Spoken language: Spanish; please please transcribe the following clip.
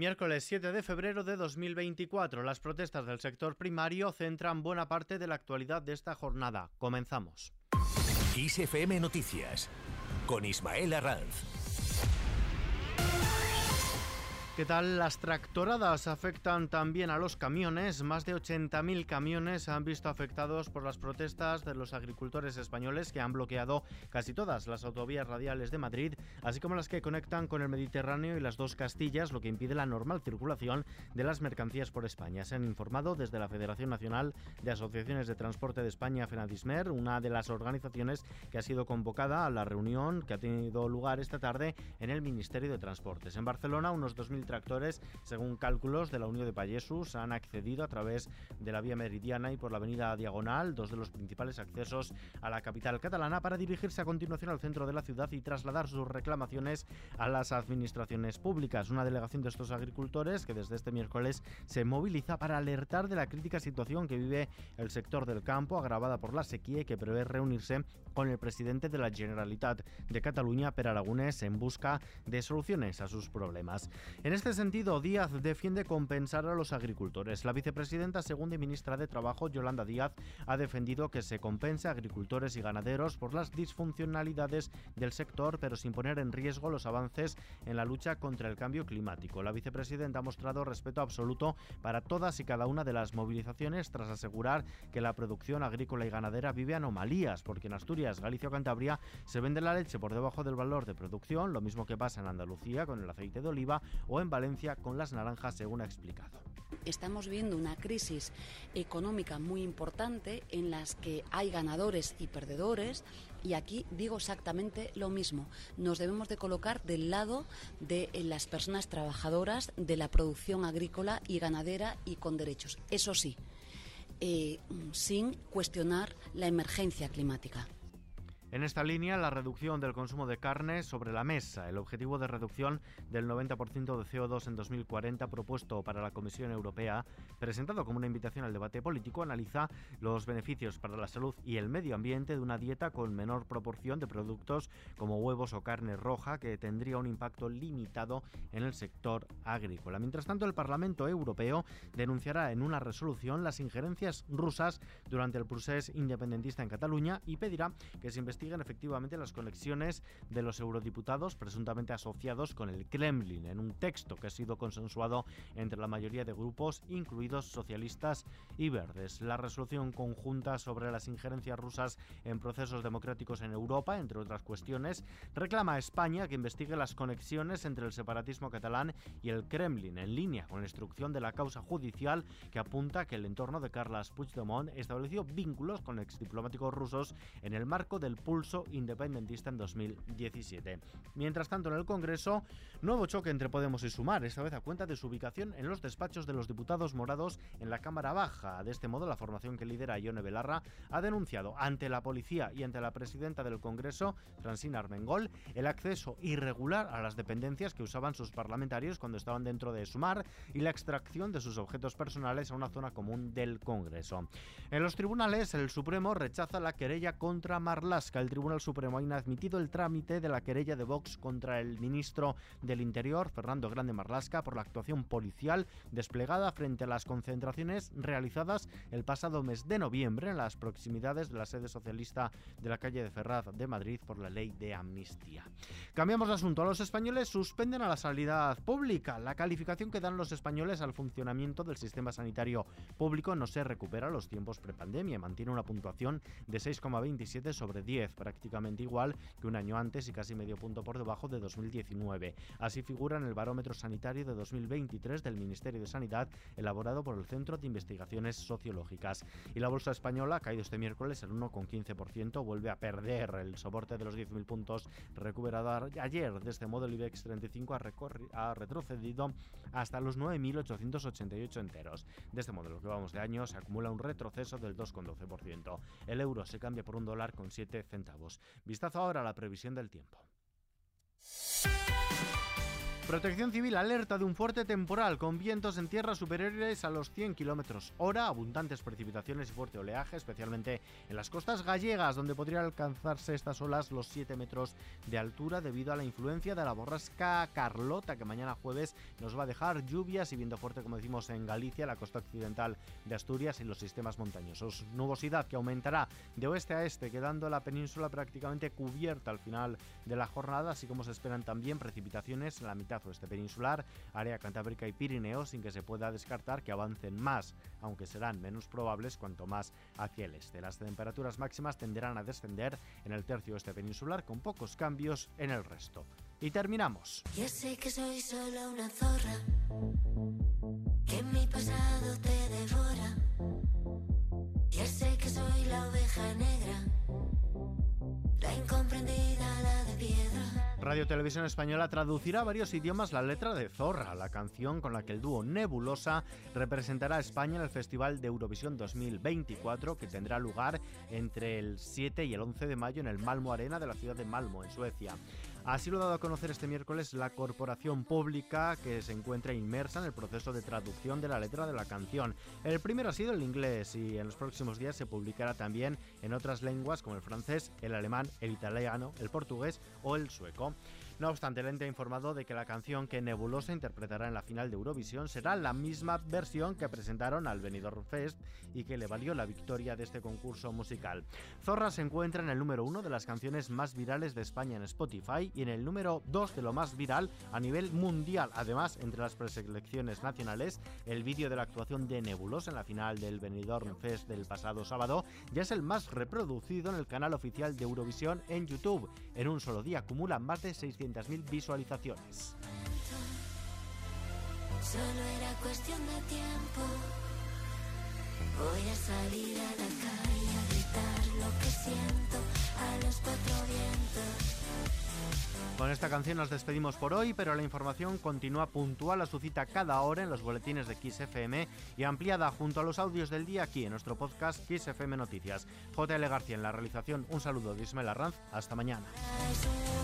Miércoles 7 de febrero de 2024. Las protestas del sector primario centran buena parte de la actualidad de esta jornada. Comenzamos. XFM Noticias con Ismael Arranz. ¿Qué tal? Las tractoradas afectan también a los camiones. Más de 80.000 camiones se han visto afectados por las protestas de los agricultores españoles que han bloqueado casi todas las autovías radiales de Madrid, así como las que conectan con el Mediterráneo y las dos Castillas, lo que impide la normal circulación de las mercancías por España. Se han informado desde la Federación Nacional de Asociaciones de Transporte de España, FENADISMER, una de las organizaciones que ha sido convocada a la reunión que ha tenido lugar esta tarde en el Ministerio de Transportes. En Barcelona, unos 2.000 tractores, según cálculos de la Unió de Pagesos, han accedido a través de la vía Meridiana y por la avenida Diagonal, dos de los principales accesos a la capital catalana, para dirigirse a continuación al centro de la ciudad y trasladar sus reclamaciones a las administraciones públicas. Una delegación de estos agricultores que desde este miércoles se moviliza para alertar de la crítica situación que vive el sector del campo, agravada por la sequía, y que prevé reunirse con el presidente de la Generalitat de Cataluña, Pere Aragonès, en busca de soluciones a sus problemas. En este sentido, Díaz defiende compensar a los agricultores. La vicepresidenta segunda y ministra de Trabajo, Yolanda Díaz, ha defendido que se compense a agricultores y ganaderos por las disfuncionalidades del sector, pero sin poner en riesgo los avances en la lucha contra el cambio climático. La vicepresidenta ha mostrado respeto absoluto para todas y cada una de las movilizaciones, tras asegurar que la producción agrícola y ganadera vive anomalías, porque en Asturias, Galicia o Cantabria se vende la leche por debajo del valor de producción, lo mismo que pasa en Andalucía con el aceite de oliva o en Valencia con las naranjas, según ha explicado. Estamos viendo una crisis económica muy importante en las que hay ganadores y perdedores, y aquí digo exactamente lo mismo. Nos debemos de colocar del lado de las personas trabajadoras de la producción agrícola y ganadera y con derechos. Eso sí, sin cuestionar la emergencia climática. En esta línea, la reducción del consumo de carne sobre la mesa. El objetivo de reducción del 90% de CO2 en 2040 propuesto para la Comisión Europea, presentado como una invitación al debate político, analiza los beneficios para la salud y el medio ambiente de una dieta con menor proporción de productos como huevos o carne roja, que tendría un impacto limitado en el sector agrícola. Mientras tanto, el Parlamento Europeo denunciará en una resolución las injerencias rusas durante el procés independentista en Cataluña y pedirá que se investiguen efectivamente las conexiones de los eurodiputados presuntamente asociados con el Kremlin, en un texto que ha sido consensuado entre la mayoría de grupos, incluidos socialistas y verdes. La resolución conjunta sobre las injerencias rusas en procesos democráticos en Europa, entre otras cuestiones, reclama a España que investigue las conexiones entre el separatismo catalán y el Kremlin, en línea con la instrucción de la causa judicial que apunta que el entorno de Carles Puigdemont estableció vínculos con exdiplomáticos rusos en el marco del pulso independentista en 2017. Mientras tanto, en el Congreso, nuevo choque entre Podemos y Sumar, esta vez a cuenta de su ubicación en los despachos de los diputados morados en la Cámara Baja. De este modo, la formación que lidera Ione Belarra ha denunciado ante la policía y ante la presidenta del Congreso, Francina Armengol, el acceso irregular a las dependencias que usaban sus parlamentarios cuando estaban dentro de Sumar y la extracción de sus objetos personales a una zona común del Congreso. En los tribunales, el Supremo rechaza la querella contra Marlaska. El Tribunal Supremo ha inadmitido el trámite de la querella de Vox contra el ministro del Interior, Fernando Grande Marlaska, por la actuación policial desplegada frente a las concentraciones realizadas el pasado mes de noviembre en las proximidades de la sede socialista de la calle de Ferraz de Madrid por la ley de amnistía. Cambiamos de asunto. Los españoles suspenden a la sanidad pública. La calificación que dan los españoles al funcionamiento del sistema sanitario público no se recupera a los tiempos prepandemia. Mantiene una puntuación de 6,27 sobre 10, prácticamente igual que un año antes y casi medio punto por debajo de 2019. Así figura en el barómetro sanitario de 2023 del Ministerio de Sanidad, elaborado por el Centro de Investigaciones Sociológicas. Y la bolsa española ha caído este miércoles el 1,15%, vuelve a perder el soporte de los 10.000 puntos recuperado ayer. De este modo, el IBEX 35 ha retrocedido hasta los 9.888 enteros. De este modo, lo que vamos de año, se acumula un retroceso del 2,12%. El euro se cambia por $1,07. Vistazo ahora a la previsión del tiempo. Protección Civil alerta de un fuerte temporal con vientos en tierra superiores a los 100 km/h, abundantes precipitaciones y fuerte oleaje, especialmente en las costas gallegas, donde podrían alcanzarse estas olas los 7 metros de altura debido a la influencia de la borrasca Carlota, que mañana jueves nos va a dejar lluvias y viento fuerte, como decimos, en Galicia, la costa occidental de Asturias y los sistemas montañosos. Nubosidad que aumentará de oeste a este, quedando la península prácticamente cubierta al final de la jornada, así como se esperan también precipitaciones en la mitad oeste peninsular, área cantábrica y Pirineos, sin que se pueda descartar que avancen más, aunque serán menos probables cuanto más hacia el este. Las temperaturas máximas tenderán a descender en el tercio oeste peninsular, con pocos cambios en el resto. Y terminamos. Ya sé que soy solo una zorra, que mi pasado te devora. Ya sé que soy la oveja negra, la incomprendida, la de piedra. Radio Televisión Española traducirá a varios idiomas la letra de Zorra, la canción con la que el dúo Nebulosa representará a España en el Festival de Eurovisión 2024, que tendrá lugar entre el 7 y el 11 de mayo en el Malmö Arena de la ciudad de Malmö, en Suecia. Así lo ha dado a conocer este miércoles la corporación pública, que se encuentra inmersa en el proceso de traducción de la letra de la canción. El primero ha sido el inglés y en los próximos días se publicará también en otras lenguas como el francés, el alemán, el italiano, el portugués o el sueco. No obstante, el ente ha informado de que la canción que Nebulosa interpretará en la final de Eurovisión será la misma versión que presentaron al Benidorm Fest y que le valió la victoria de este concurso musical. Zorra se encuentra en el número 1 de las canciones más virales de España en Spotify y en el número 2 de lo más viral a nivel mundial. Además, entre las preselecciones nacionales, el vídeo de la actuación de Nebulosa en la final del Benidorm Fest del pasado sábado ya es el más reproducido en el canal oficial de Eurovisión en YouTube. En un solo día acumula más de 600.000 visualizaciones. Solo era cuestión de tiempo. Voy a salir a la calle a gritar lo que siento a los cuatro vientos. Con esta canción nos despedimos por hoy, pero la información continúa puntual a su cita cada hora en los boletines de Kiss FM y ampliada junto a los audios del día aquí en nuestro podcast Kiss FM Noticias. JL García en la realización, un saludo de Ismael Arranz, hasta mañana.